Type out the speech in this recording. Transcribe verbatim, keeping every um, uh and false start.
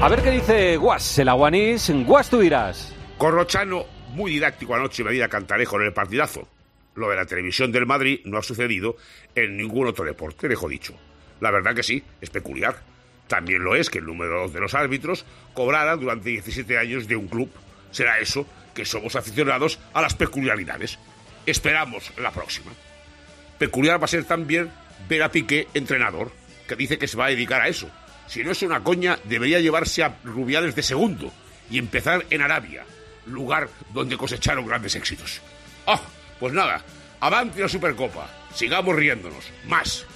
A ver qué dice Guas, el aguanís. Guas, tú dirás. Corrochano, muy didáctico anoche, medida Cantarejo en el partidazo. Lo de la televisión del Madrid no ha sucedido en ningún otro deporte, dejo dicho. La verdad que sí, es peculiar. También lo es que el número dos de los árbitros cobrara durante diecisiete años de un club. Será eso, que somos aficionados a las peculiaridades. Esperamos la próxima. Peculiar va a ser también ver a Piqué entrenador, que dice que se va a dedicar a eso. Si no es una coña, debería llevarse a Rubiales de segundo y empezar en Arabia, lugar donde cosecharon grandes éxitos. ¡Ah! Pues nada, avante la Supercopa. Sigamos riéndonos. Más.